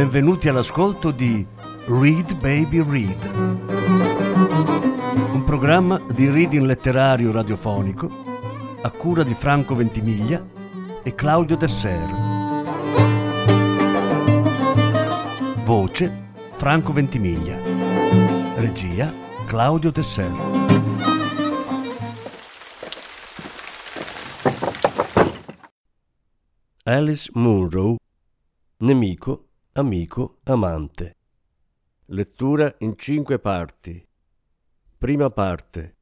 Benvenuti all'ascolto di Read Baby Read, un programma di reading letterario radiofonico a cura di Franco Ventimiglia e Claudio Desser. Voce Franco Ventimiglia. Regia Claudio Desser. Alice Munro, nemico, amico, amante. Lettura in 5 parti. Prima parte.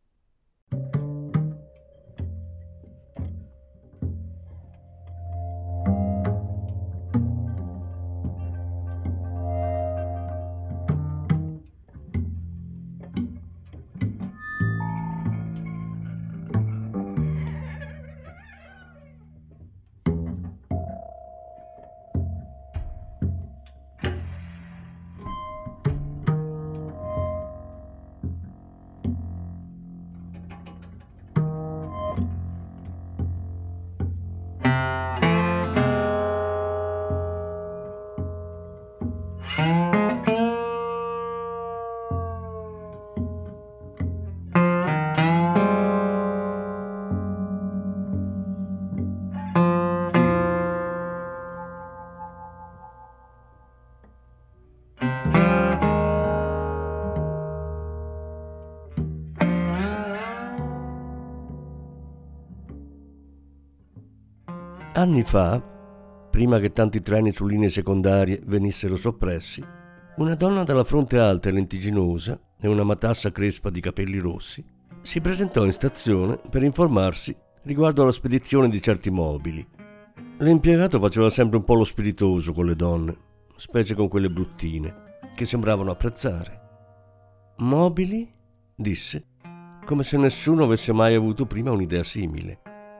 Anni fa, prima che tanti treni su linee secondarie venissero soppressi, una donna dalla fronte alta e lentigginosa e una matassa crespa di capelli rossi si presentò in stazione per informarsi riguardo alla spedizione di certi mobili. L'impiegato faceva sempre un po' lo spiritoso con le donne, specie con quelle bruttine, che sembravano apprezzare. «Mobili?» disse, come se nessuno avesse mai avuto prima un'idea simile.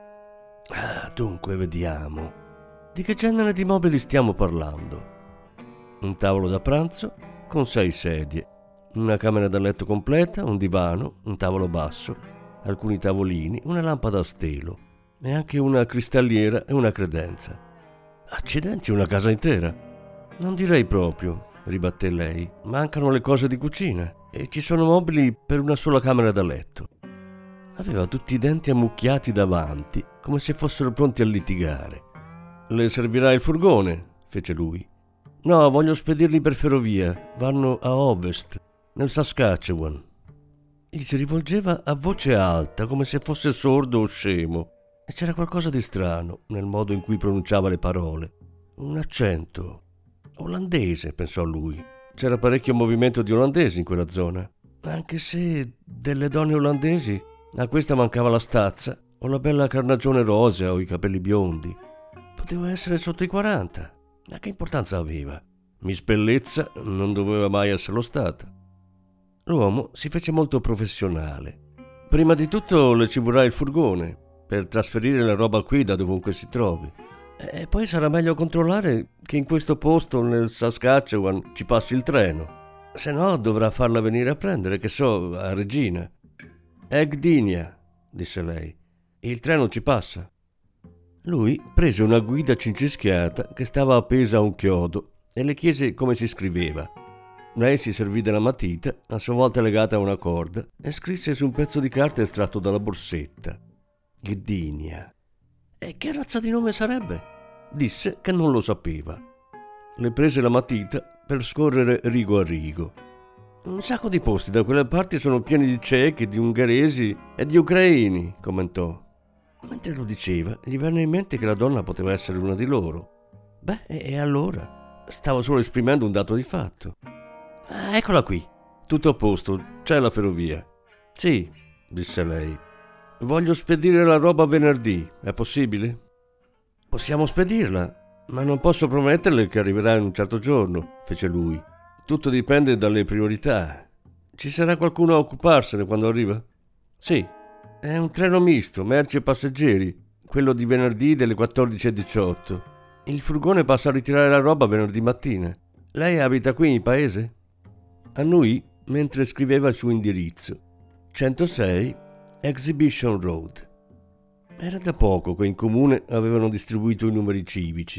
Dunque, vediamo. Di che genere di mobili stiamo parlando? Un tavolo da pranzo con 6 sedie, una camera da letto completa, un divano, un tavolo basso, alcuni tavolini, una lampada a stelo e anche una cristalliera e una credenza. Accidenti, una casa intera? Non direi proprio, ribatté lei. Mancano le cose di cucina e ci sono mobili per una sola camera da letto. Aveva tutti i denti ammucchiati davanti, come se fossero pronti a litigare. «Le servirà il furgone?» fece lui. «No, voglio spedirli per ferrovia. Vanno a ovest, nel Saskatchewan». Gli si rivolgeva a voce alta, come se fosse sordo o scemo, e c'era qualcosa di strano nel modo in cui pronunciava le parole. Un accento olandese, pensò lui. C'era parecchio movimento di olandesi in quella zona, anche se delle donne olandesi a questa mancava la stazza, o la bella carnagione rosea o i capelli biondi. Poteva essere sotto i 40, ma che importanza aveva? Miss Bellezza non doveva mai esserlo stata. L'uomo si fece molto professionale. «Prima di tutto le ci vorrà il furgone, per trasferire la roba qui da dovunque si trovi. E poi sarà meglio controllare che in questo posto, nel Saskatchewan, ci passi il treno. Se no dovrà farla venire a prendere, che so, a Regina». «Egdinia», disse lei. «Il treno ci passa». Lui prese una guida cincischiata che stava appesa a un chiodo e le chiese come si scriveva. Lei si servì della matita, a sua volta legata a una corda, e scrisse su un pezzo di carta estratto dalla borsetta. «Gdynia». «E che razza di nome sarebbe?» Disse che non lo sapeva. Le prese la matita per scorrere rigo a rigo. «Un sacco di posti da quelle parti sono pieni di cechi, di ungheresi e di ucraini», commentò. Mentre lo diceva, gli venne in mente che la donna poteva essere una di loro. «Beh, e allora?» Stavo solo esprimendo un dato di fatto. «Eccola qui. Tutto a posto, c'è la ferrovia». «Sì», disse lei. «Voglio spedire la roba venerdì, è possibile?» «Possiamo spedirla, ma non posso prometterle che arriverà in un certo giorno», fece lui. «Tutto dipende dalle priorità. Ci sarà qualcuno a occuparsene quando arriva?» «Sì, è un treno misto, merci e passeggeri, quello di venerdì delle 14:18. Il furgone passa a ritirare la roba venerdì mattina. Lei abita qui in paese?» Annui mentre scriveva il suo indirizzo. 106 Exhibition Road. Era da poco che in comune avevano distribuito i numeri civici.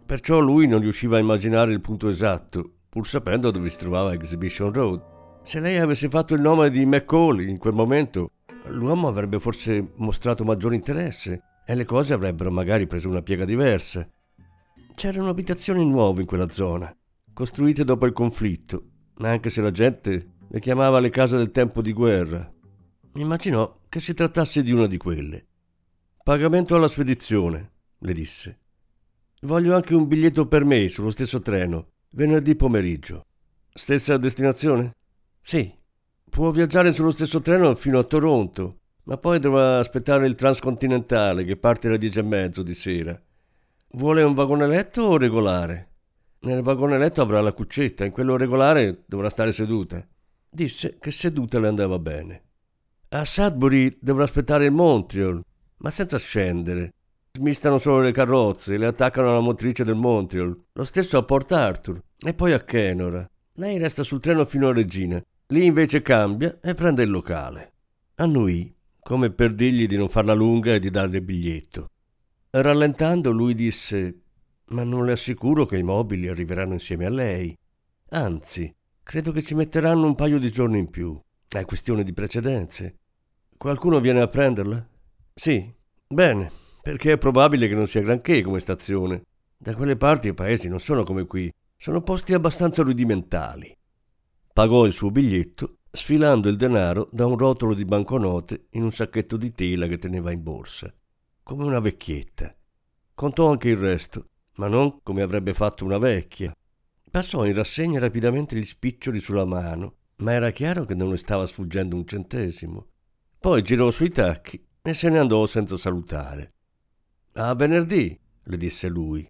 Perciò lui non riusciva a immaginare il punto esatto, pur sapendo dove si trovava Exhibition Road. Se lei avesse fatto il nome di Macaulay in quel momento, l'uomo avrebbe forse mostrato maggiore interesse e le cose avrebbero magari preso una piega diversa. C'erano abitazioni nuove in quella zona, costruite dopo il conflitto, anche se la gente le chiamava le case del tempo di guerra. Immaginò che si trattasse di una di quelle. Pagamento alla spedizione, le disse. Voglio anche un biglietto per me sullo stesso treno, venerdì pomeriggio. Stessa destinazione? Sì. Può viaggiare sullo stesso treno fino a Toronto, ma poi dovrà aspettare il transcontinentale che parte alle 10:30 di sera. Vuole un vagone letto o regolare? Nel vagone letto avrà la cuccetta, in quello regolare dovrà stare seduta. Disse che seduta le andava bene. A Sudbury dovrà aspettare il Montreal, ma senza scendere. Smistano solo le carrozze e le attaccano alla motrice del Montreal. Lo stesso a Port Arthur e poi a Kenora. Lei resta sul treno fino a Regina. Lì invece cambia e prende il locale. Annuì, come per dirgli di non farla lunga e di darle il biglietto. Rallentando lui disse: ma non le assicuro che i mobili arriveranno insieme a lei. Anzi, credo che ci metteranno un paio di giorni in più. È questione di precedenze. Qualcuno viene a prenderla? Sì. Bene, perché è probabile che non sia granché come stazione. Da quelle parti i paesi non sono come qui. Sono posti abbastanza rudimentali. Pagò il suo biglietto, sfilando il denaro da un rotolo di banconote in un sacchetto di tela che teneva in borsa. Come una vecchietta. Contò anche il resto, ma non come avrebbe fatto una vecchia. Passò in rassegna rapidamente gli spiccioli sulla mano, ma era chiaro che non le stava sfuggendo un centesimo. Poi girò sui tacchi e se ne andò senza salutare. A venerdì, le disse lui.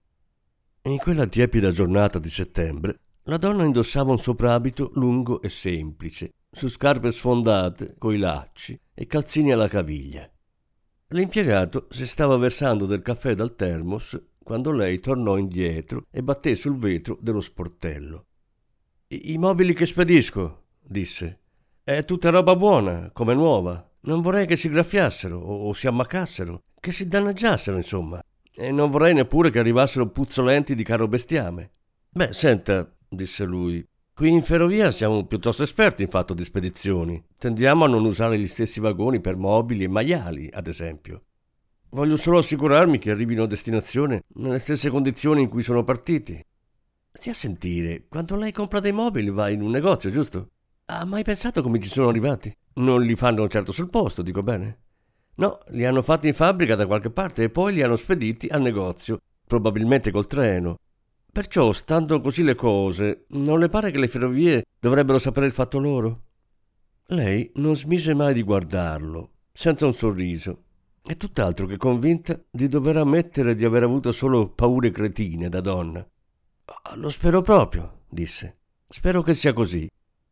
In quella tiepida giornata di settembre, la donna indossava un soprabito lungo e semplice, su scarpe sfondate, coi lacci e calzini alla caviglia. L'impiegato si stava versando del caffè dal termos quando lei tornò indietro e batté sul vetro dello sportello. I mobili che spedisco, disse. È tutta roba buona, come nuova. Non vorrei che si graffiassero o si ammaccassero, che si danneggiassero, insomma. E non vorrei neppure che arrivassero puzzolenti di caro bestiame. Beh, senta, disse lui, qui in ferrovia siamo piuttosto esperti in fatto di spedizioni. Tendiamo a non usare gli stessi vagoni per mobili e maiali, ad esempio. Voglio solo assicurarmi che arrivino a destinazione nelle stesse condizioni in cui sono partiti. Stia a sentire, quando lei compra dei mobili va in un negozio, giusto? Ha mai pensato come ci sono arrivati? Non li fanno certo sul posto, dico bene? No, li hanno fatti in fabbrica da qualche parte e poi li hanno spediti al negozio, probabilmente col treno. Perciò, stando così le cose, non le pare che le ferrovie dovrebbero sapere il fatto loro? Lei non smise mai di guardarlo, senza un sorriso, e tutt'altro che convinta di dover ammettere di aver avuto solo paure cretine da donna. Lo spero proprio, disse. Spero che sia così.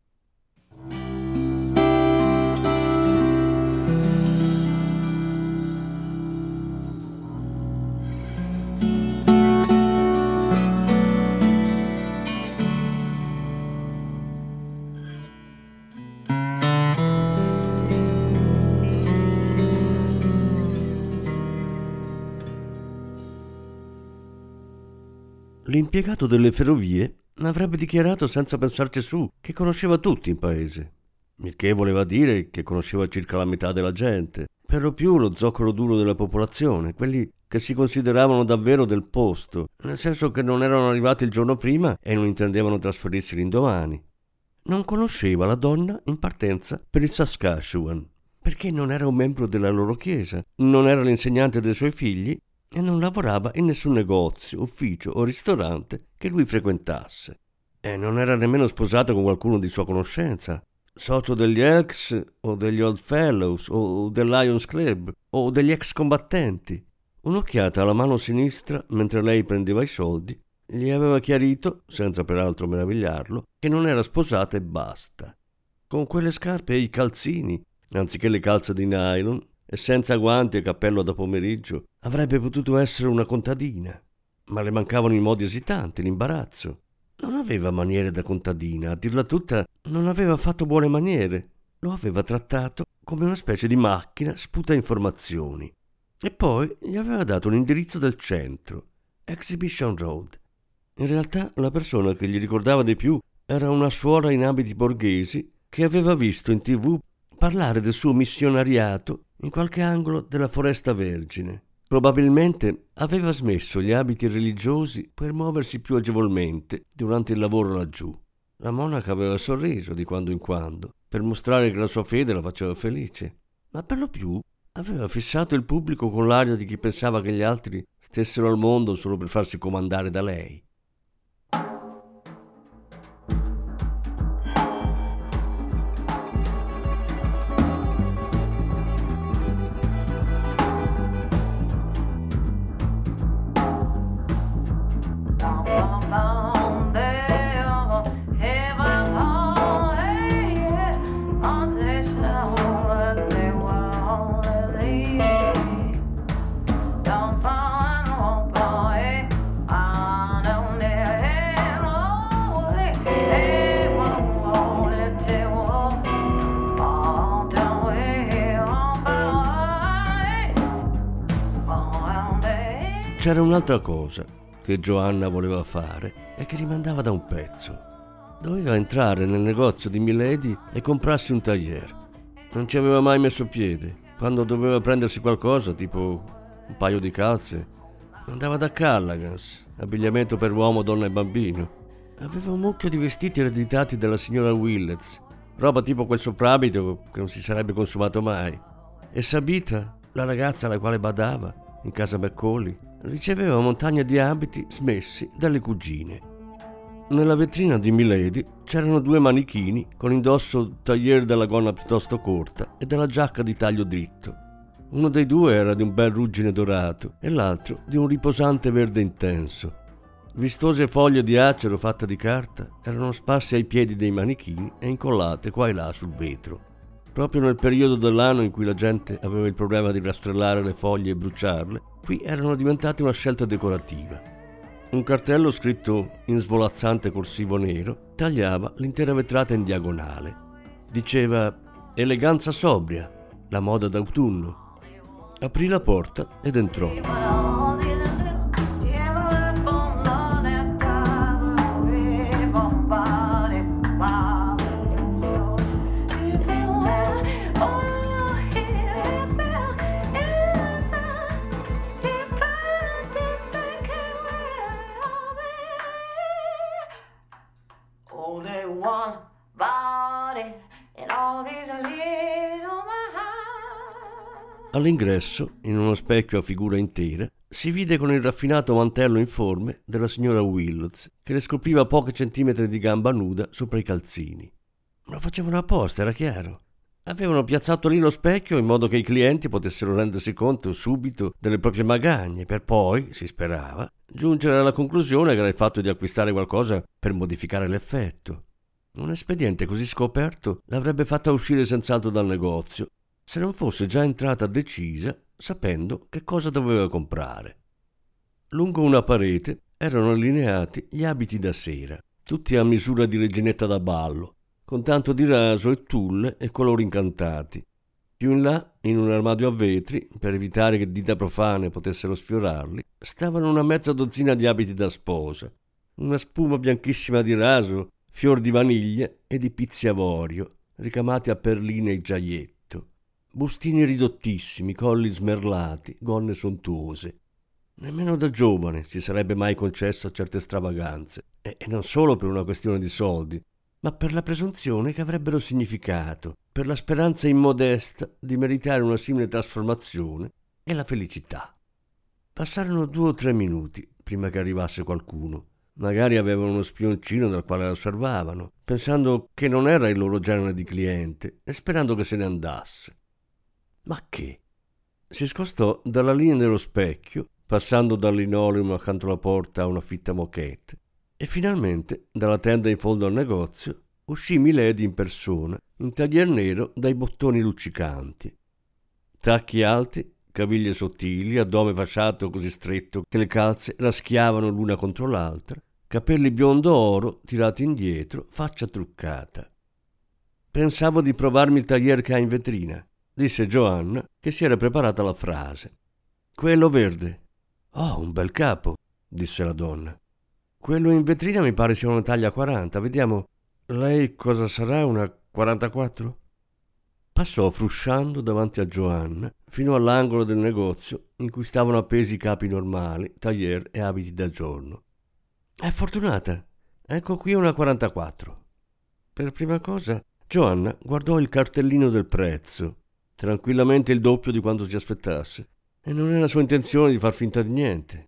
L'impiegato delle ferrovie avrebbe dichiarato senza pensarci su che conosceva tutti in paese, il che voleva dire che conosceva circa la metà della gente, per lo più lo zoccolo duro della popolazione, quelli che si consideravano davvero del posto, nel senso che non erano arrivati il giorno prima e non intendevano trasferirsi l'indomani. Non conosceva la donna in partenza per il Saskatchewan, perché non era un membro della loro chiesa, non era l'insegnante dei suoi figli e non lavorava in nessun negozio, ufficio o ristorante che lui frequentasse. E non era nemmeno sposato con qualcuno di sua conoscenza, socio degli Elks o degli Old Fellows o del Lions Club o degli ex combattenti. Un'occhiata alla mano sinistra mentre lei prendeva i soldi gli aveva chiarito, senza peraltro meravigliarlo, che non era sposata e basta. Con quelle scarpe e i calzini, anziché le calze di nylon, e senza guanti e cappello da pomeriggio, avrebbe potuto essere una contadina. Ma le mancavano i modi esitanti, l'imbarazzo. Non aveva maniere da contadina, a dirla tutta, non aveva fatto buone maniere. Lo aveva trattato come una specie di macchina sputa informazioni. E poi gli aveva dato un indirizzo del centro. Exhibition Road. In realtà la persona che gli ricordava di più era una suora in abiti borghesi che aveva visto in TV parlare del suo missionariato in qualche angolo della Foresta Vergine. Probabilmente aveva smesso gli abiti religiosi per muoversi più agevolmente durante il lavoro laggiù. La monaca aveva sorriso di quando in quando per mostrare che la sua fede la faceva felice, ma per lo più aveva fissato il pubblico con l'aria di chi pensava che gli altri stessero al mondo solo per farsi comandare da lei. C'era un'altra cosa che Joanna voleva fare e che rimandava da un pezzo. Doveva entrare nel negozio di Milady e comprarsi un tailleur. Non ci aveva mai messo piede. Quando doveva prendersi qualcosa, tipo un paio di calze, andava da Callaghan's, abbigliamento per uomo, donna e bambino. Aveva un mucchio di vestiti ereditati dalla signora Willets, roba tipo quel soprabito che non si sarebbe consumato mai. E Sabita, la ragazza alla quale badava in casa Macaulay, riceveva montagna di abiti smessi dalle cugine. Nella vetrina di Milady c'erano 2 manichini con indosso tailleur dalla gonna piuttosto corta e della giacca di taglio dritto. Uno dei 2 era di un bel ruggine dorato e l'altro di un riposante verde intenso. Vistose foglie di acero fatte di carta erano sparse ai piedi dei manichini e incollate qua e là sul vetro. Proprio nel periodo dell'anno in cui la gente aveva il problema di rastrellare le foglie e bruciarle, qui erano diventate una scelta decorativa. Un cartello scritto in svolazzante corsivo nero tagliava l'intera vetrata in diagonale. Diceva «Eleganza sobria, la moda d'autunno». Aprì la porta ed entrò. All'ingresso, in uno specchio a figura intera, si vide con il raffinato mantello informe della signora Willets, che le scopriva pochi centimetri di gamba nuda sopra i calzini. Lo facevano apposta, era chiaro. Avevano piazzato lì lo specchio in modo che i clienti potessero rendersi conto subito delle proprie magagne, per poi, si sperava, giungere alla conclusione che era il fatto di acquistare qualcosa per modificare l'effetto. Un espediente così scoperto l'avrebbe fatta uscire senz'altro dal negozio, se non fosse già entrata decisa, sapendo che cosa doveva comprare. Lungo una parete erano allineati gli abiti da sera, tutti a misura di reginetta da ballo, con tanto di raso e tulle e colori incantati. Più in là, in un armadio a vetri, per evitare che dita profane potessero sfiorarli, stavano una mezza dozzina di abiti da sposa, una spuma bianchissima di raso, fior di vaniglia e di pizzi avorio, ricamati a perline e giaietto. Bustini ridottissimi, colli smerlati, gonne sontuose. Nemmeno da giovane si sarebbe mai concessa certe stravaganze, e non solo per una questione di soldi, ma per la presunzione che avrebbero significato, per la speranza immodesta di meritare una simile trasformazione e la felicità. Passarono 2 o 3 minuti prima che arrivasse qualcuno. Magari avevano uno spioncino dal quale la osservavano, pensando che non era il loro genere di cliente e sperando che se ne andasse. Ma che? Si scostò dalla linea dello specchio, passando dal linoleum accanto alla porta a una fitta moquette, e finalmente, dalla tenda in fondo al negozio, uscì Milady in persona, in taglier nero dai bottoni luccicanti. Tacchi alti, caviglie sottili, addome fasciato così stretto che le calze raschiavano l'una contro l'altra, capelli biondo oro tirati indietro, faccia truccata. «Pensavo di provarmi il taglier che ha in vetrina», disse Joanna, che si era preparata la frase. «Quello verde». «Oh, un bel capo», disse la donna. Quello in vetrina mi pare sia una taglia 40. Vediamo, lei cosa sarà, una 44? Passò frusciando davanti a Joanna fino all'angolo del negozio in cui stavano appesi capi normali, tailleur e abiti da giorno. È fortunata. Ecco qui una 44. Per prima cosa, Joanna guardò il cartellino del prezzo, tranquillamente il doppio di quanto si aspettasse, e non era sua intenzione di far finta di niente.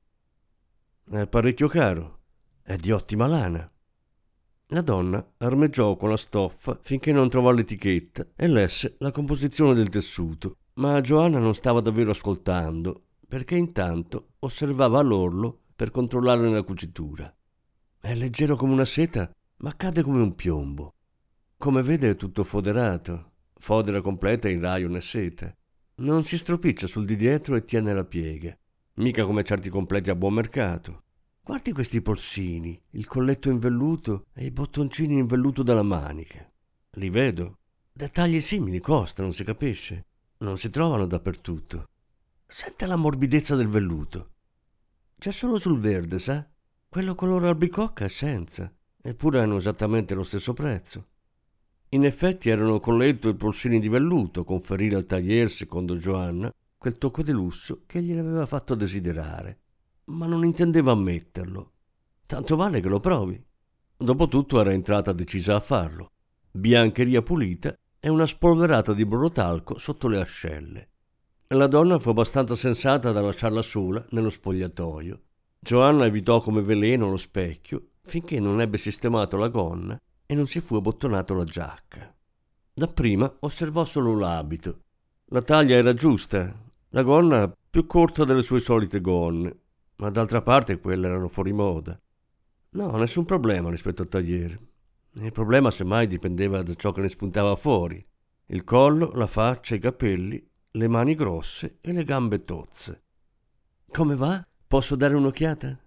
È parecchio caro. È di ottima lana. La donna armeggiò con la stoffa finché non trovò l'etichetta e lesse la composizione del tessuto, ma Joanna non stava davvero ascoltando, perché intanto osservava l'orlo per controllarne la cucitura. È leggero come una seta, ma cade come un piombo. Come vede è tutto foderato, fodera completa in rayon e seta. Non si stropiccia sul di dietro e tiene la piega, mica come certi completi a buon mercato. Guardi questi polsini, il colletto in velluto e i bottoncini in velluto dalla manica. Li vedo. Dettagli simili costano, si capisce. Non si trovano dappertutto. Sente la morbidezza del velluto. C'è solo sul verde, sa? Quello color albicocca è senza, eppure hanno esattamente lo stesso prezzo. In effetti erano colletto e polsini di velluto, conferire al tailleur, secondo Joanna, quel tocco di lusso che gliel'aveva fatto desiderare. Ma non intendeva ammetterlo. Tanto vale che lo provi. Dopotutto era entrata decisa a farlo. Biancheria pulita e una spolverata di borotalco sotto le ascelle. La donna fu abbastanza sensata da lasciarla sola nello spogliatoio. Joanna evitò come veleno lo specchio finché non ebbe sistemato la gonna e non si fu abbottonato la giacca. Dapprima osservò solo l'abito. La taglia era giusta, la gonna più corta delle sue solite gonne, ma d'altra parte quelle erano fuori moda. No, nessun problema rispetto al tailleur. Il problema semmai dipendeva da ciò che ne spuntava fuori: il collo, la faccia, i capelli, le mani grosse e le gambe tozze. Come va? Posso dare un'occhiata?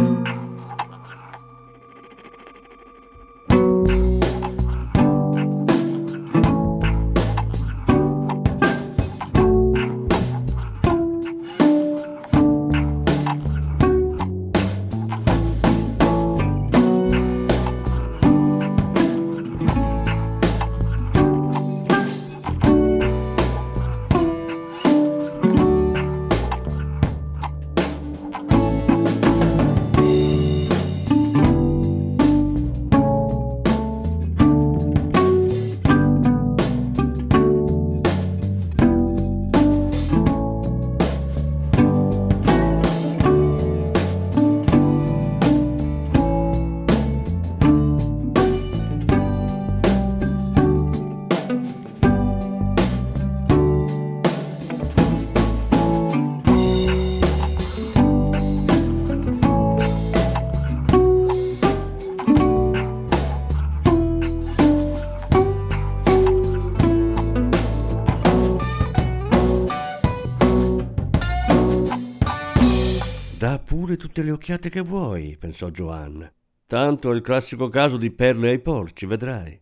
Dà pure tutte le occhiate che vuoi, pensò Joanna. Tanto è il classico caso di perle ai porci, vedrai.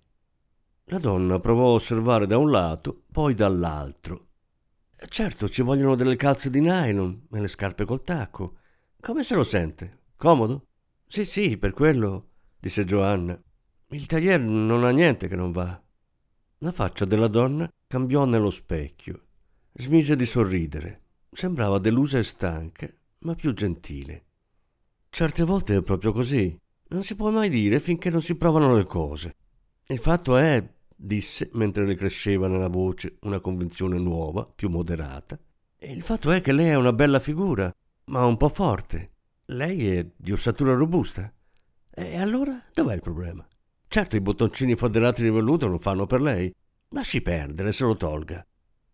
La donna provò a osservare da un lato, poi dall'altro. Certo, ci vogliono delle calze di nylon e le scarpe col tacco. Come se lo sente? Comodo? Sì, per quello, disse Joanna. Il tailleur non ha niente che non va. La faccia della donna cambiò nello specchio. Smise di sorridere. Sembrava delusa e stanca, ma più gentile. Certe volte è proprio così. Non si può mai dire finché non si provano le cose. Il fatto è, disse mentre le cresceva nella voce una convinzione nuova, più moderata, il fatto è che lei ha una bella figura, ma un po' forte. Lei è di ossatura robusta. E allora dov'è il problema? Certo, i bottoncini foderati di velluto non fanno per lei. Lasci perdere, se lo tolga.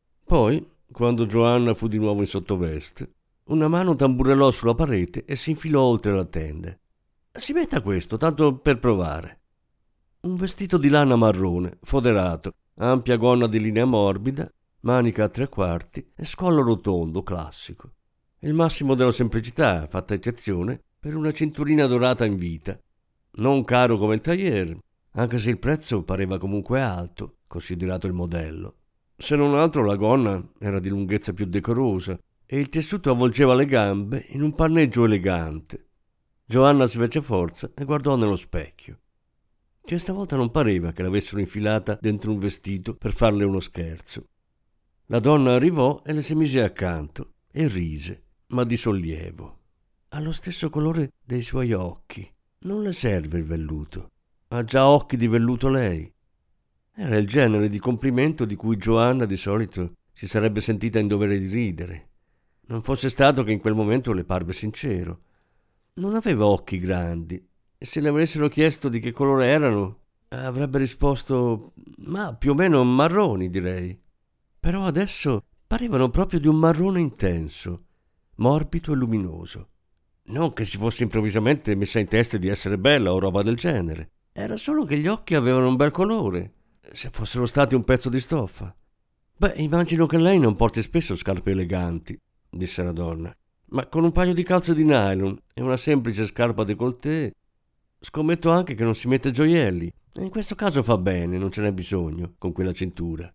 Poi, quando Joanna fu di nuovo in sottoveste, una mano tamburellò sulla parete e si infilò oltre la tenda. Si metta questo, tanto per provare. Un vestito di lana marrone, foderato, ampia gonna di linea morbida, manica a 3/4 e scollo rotondo, classico. Il massimo della semplicità, fatta eccezione per una cinturina dorata in vita. Non caro come il tailleur, anche se il prezzo pareva comunque alto, considerato il modello. Se non altro la gonna era di lunghezza più decorosa e il tessuto avvolgeva le gambe in un panneggio elegante. Giovanna si fece forza e guardò nello specchio. Questa volta non pareva che l'avessero infilata dentro un vestito per farle uno scherzo. La donna arrivò e le si mise accanto e rise, ma di sollievo. Ha lo stesso colore dei suoi occhi. Non le serve il velluto. Ha già occhi di velluto lei. Era il genere di complimento di cui Giovanna di solito si sarebbe sentita in dovere di ridere. Non fosse stato che in quel momento le parve sincero. Non aveva occhi grandi e se le avessero chiesto di che colore erano, avrebbe risposto: ma più o meno marroni, direi. Però adesso parevano proprio di un marrone intenso, morbido e luminoso. Non che si fosse improvvisamente messa in testa di essere bella o roba del genere. Era solo che gli occhi avevano un bel colore, se fossero stati un pezzo di stoffa. Beh, immagino che lei non porti spesso scarpe eleganti, disse la donna, ma con un paio di calze di nylon e una semplice scarpa décolleté scommetto anche che non si mette gioielli, e in questo caso fa bene, non ce n'è bisogno, con quella cintura.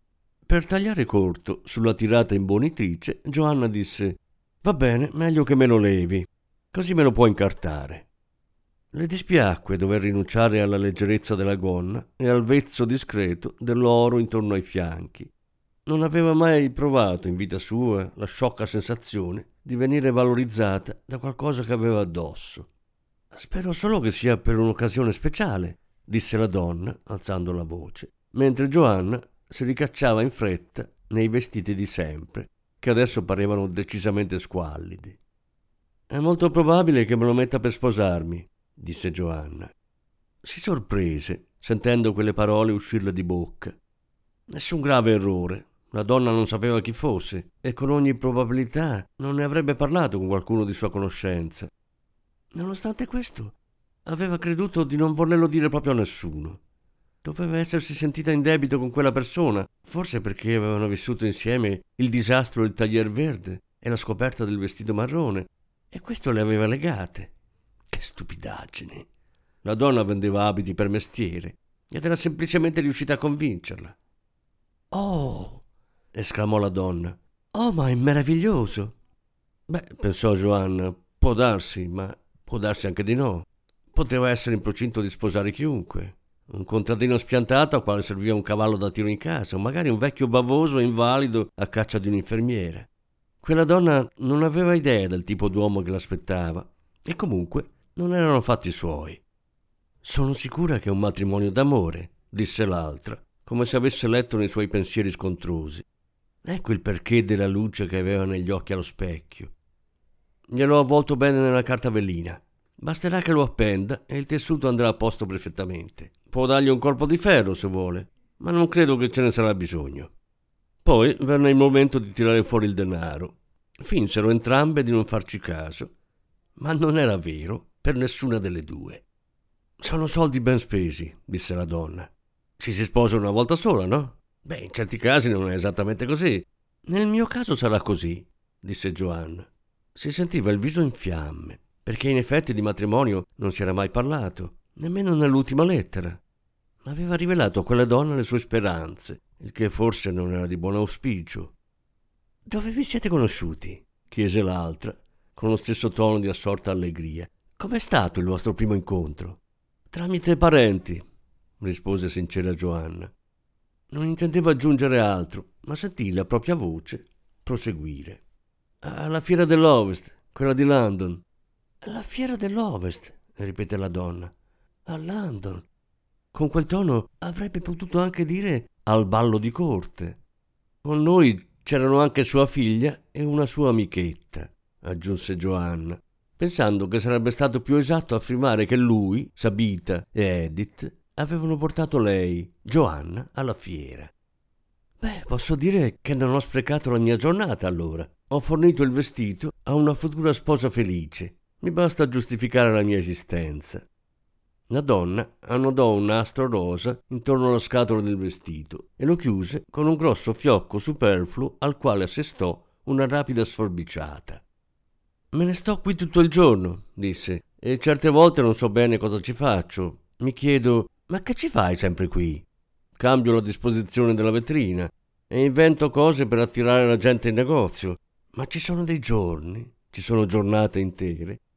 Per tagliare corto sulla tirata imbonitrice, Giovanna disse: va bene, meglio che me lo levi, così me lo può incartare. Le dispiacque dover rinunciare alla leggerezza della gonna e al vezzo discreto dell'oro intorno ai fianchi. Non aveva mai provato in vita sua la sciocca sensazione di venire valorizzata da qualcosa che aveva addosso. Spero solo che sia per un'occasione speciale, disse la donna, alzando la voce, mentre Giovanna si ricacciava in fretta nei vestiti di sempre, che adesso parevano decisamente squallidi. È molto probabile che me lo metta per sposarmi, disse Giovanna. Si sorprese, sentendo quelle parole uscirle di bocca. Nessun grave errore. La donna non sapeva chi fosse e con ogni probabilità non ne avrebbe parlato con qualcuno di sua conoscenza. Nonostante questo, aveva creduto di non volerlo dire proprio a nessuno. Doveva essersi sentita in debito con quella persona, forse perché avevano vissuto insieme il disastro del taglier verde e la scoperta del vestito marrone, e questo le aveva legate. Che stupidaggine! La donna vendeva abiti per mestiere ed era semplicemente riuscita a convincerla. «Oh!» esclamò la donna. «Oh, ma è meraviglioso!» «Beh», pensò Giovanna, «può darsi, ma può darsi anche di no. Poteva essere in procinto di sposare chiunque. Un contadino spiantato a quale serviva un cavallo da tiro in casa, o magari un vecchio bavoso e invalido a caccia di un'infermiera. Quella donna non aveva idea del tipo d'uomo che l'aspettava, e comunque non erano fatti suoi. «Sono sicura che è un matrimonio d'amore», disse l'altra, come se avesse letto nei suoi pensieri scontrosi. Ecco il perché della luce che aveva negli occhi allo specchio. Gliel'ho avvolto bene nella carta velina. Basterà che lo appenda e il tessuto andrà a posto perfettamente. Può dargli un colpo di ferro se vuole, ma non credo che ce ne sarà bisogno. Poi venne il momento di tirare fuori il denaro. Finsero entrambe di non farci caso, ma non era vero per nessuna delle due. «Sono soldi ben spesi», disse la donna. «Ci si sposa una volta sola, no?» «Beh, in certi casi non è esattamente così». «Nel mio caso sarà così», disse Giovanna. Si sentiva il viso in fiamme, perché in effetti di matrimonio non si era mai parlato, nemmeno nell'ultima lettera. Ma aveva rivelato a quella donna le sue speranze, il che forse non era di buon auspicio. «Dove vi siete conosciuti?» chiese l'altra, con lo stesso tono di assorta allegria. «Com'è stato il vostro primo incontro?» «Tramite parenti», rispose sincera Giovanna. Non intendeva aggiungere altro, ma sentì la propria voce proseguire. «Alla fiera dell'Ovest, quella di London». «La fiera dell'Ovest», ripete la donna. «A London». Con quel tono avrebbe potuto anche dire al ballo di corte. «Con noi c'erano anche sua figlia e una sua amichetta», aggiunse Giovanna, pensando che sarebbe stato più esatto affermare che lui, Sabita e Edith avevano portato lei, Giovanna, alla fiera. «Beh, posso dire che non ho sprecato la mia giornata allora. Ho fornito il vestito a una futura sposa felice. Mi basta giustificare la mia esistenza». La donna annodò un nastro rosa intorno alla scatola del vestito e lo chiuse con un grosso fiocco superfluo al quale assestò una rapida sforbiciata. «Me ne sto qui tutto il giorno», disse, «e certe volte non so bene cosa ci faccio. Mi chiedo: ma che ci fai sempre qui?» Cambio la disposizione della vetrina e invento cose per attirare la gente in negozio, ma ci sono dei giorni, ci sono giornate intere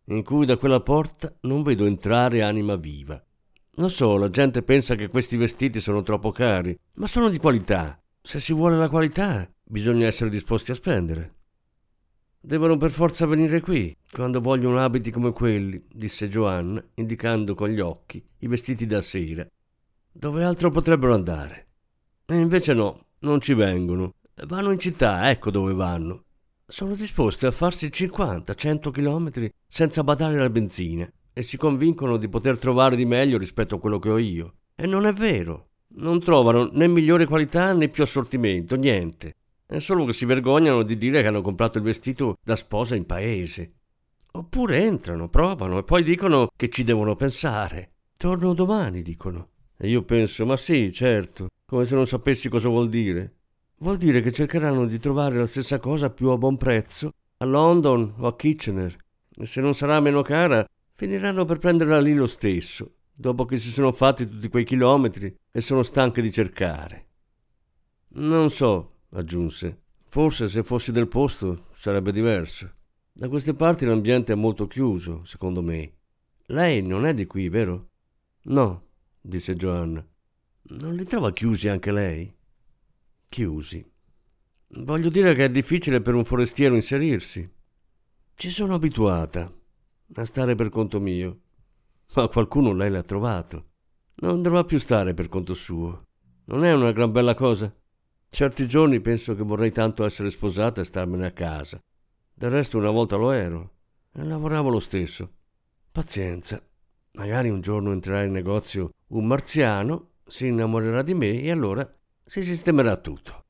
in cui da quella porta non vedo entrare anima viva. Lo so, la gente pensa che questi vestiti sono troppo cari, ma sono di qualità. Se si vuole la qualità, bisogna essere disposti a spendere. Devono per forza venire qui, quando vogliono abiti come quelli, disse Joanna, indicando con gli occhi i vestiti da sera. Dove altro potrebbero andare? E invece no, non ci vengono. Vanno in città, ecco dove vanno. Sono disposti a farsi 50-100 chilometri senza badare alla benzina e si convincono di poter trovare di meglio rispetto a quello che ho io. E non è vero. Non trovano né migliore qualità né più assortimento, niente. È solo che si vergognano di dire che hanno comprato il vestito da sposa in paese. Oppure entrano, provano e poi dicono che ci devono pensare. Torno domani, dicono. E io penso, ma sì, certo, come se non sapessi cosa vuol dire. Vuol dire che cercheranno di trovare la stessa cosa più a buon prezzo a London o a Kitchener. E se non sarà meno cara, finiranno per prenderla lì lo stesso, dopo che si sono fatti tutti quei chilometri e sono stanche di cercare. Non so, aggiunse. Forse se fossi del posto sarebbe diverso. Da queste parti l'ambiente è molto chiuso, secondo me. Lei non è di qui, vero? No, disse Joanna. Non li trova chiusi anche lei? Chiusi. Voglio dire che è difficile per un forestiero inserirsi. Ci sono abituata a stare per conto mio, ma qualcuno lei l'ha trovato. Non dovrà più stare per conto suo. Non è una gran bella cosa? Certi giorni penso che vorrei tanto essere sposata e starmene a casa. Del resto una volta lo ero e lavoravo lo stesso. Pazienza, magari un giorno entrerà in negozio un marziano, si innamorerà di me e allora si sistemerà tutto.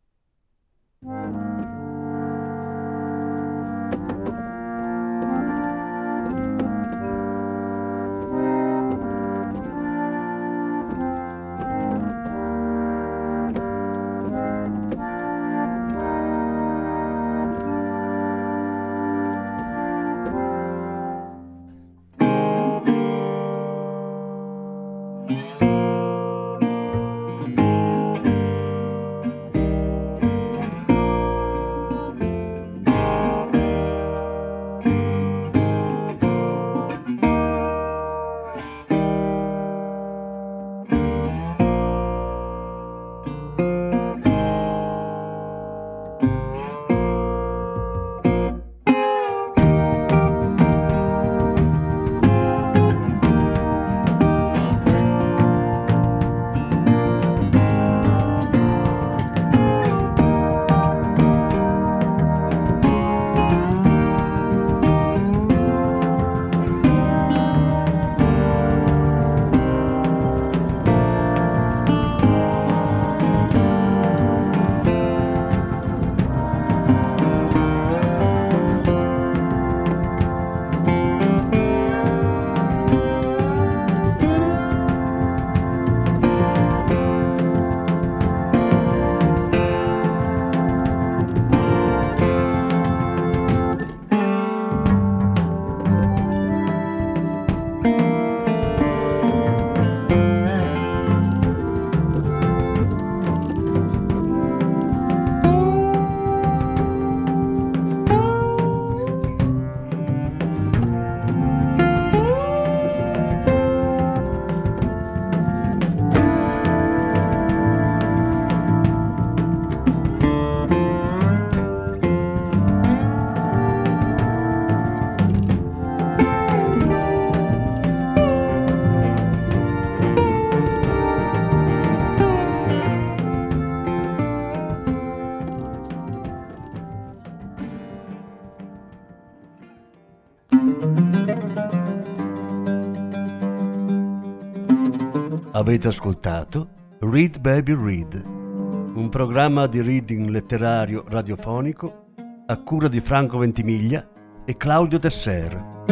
Avete ascoltato Read Baby Read, un programma di reading letterario radiofonico a cura di Franco Ventimiglia e Claudio Tesser.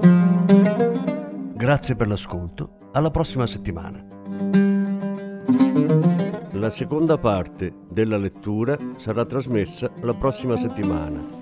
Grazie per l'ascolto, alla prossima settimana. La seconda parte della lettura sarà trasmessa la prossima settimana.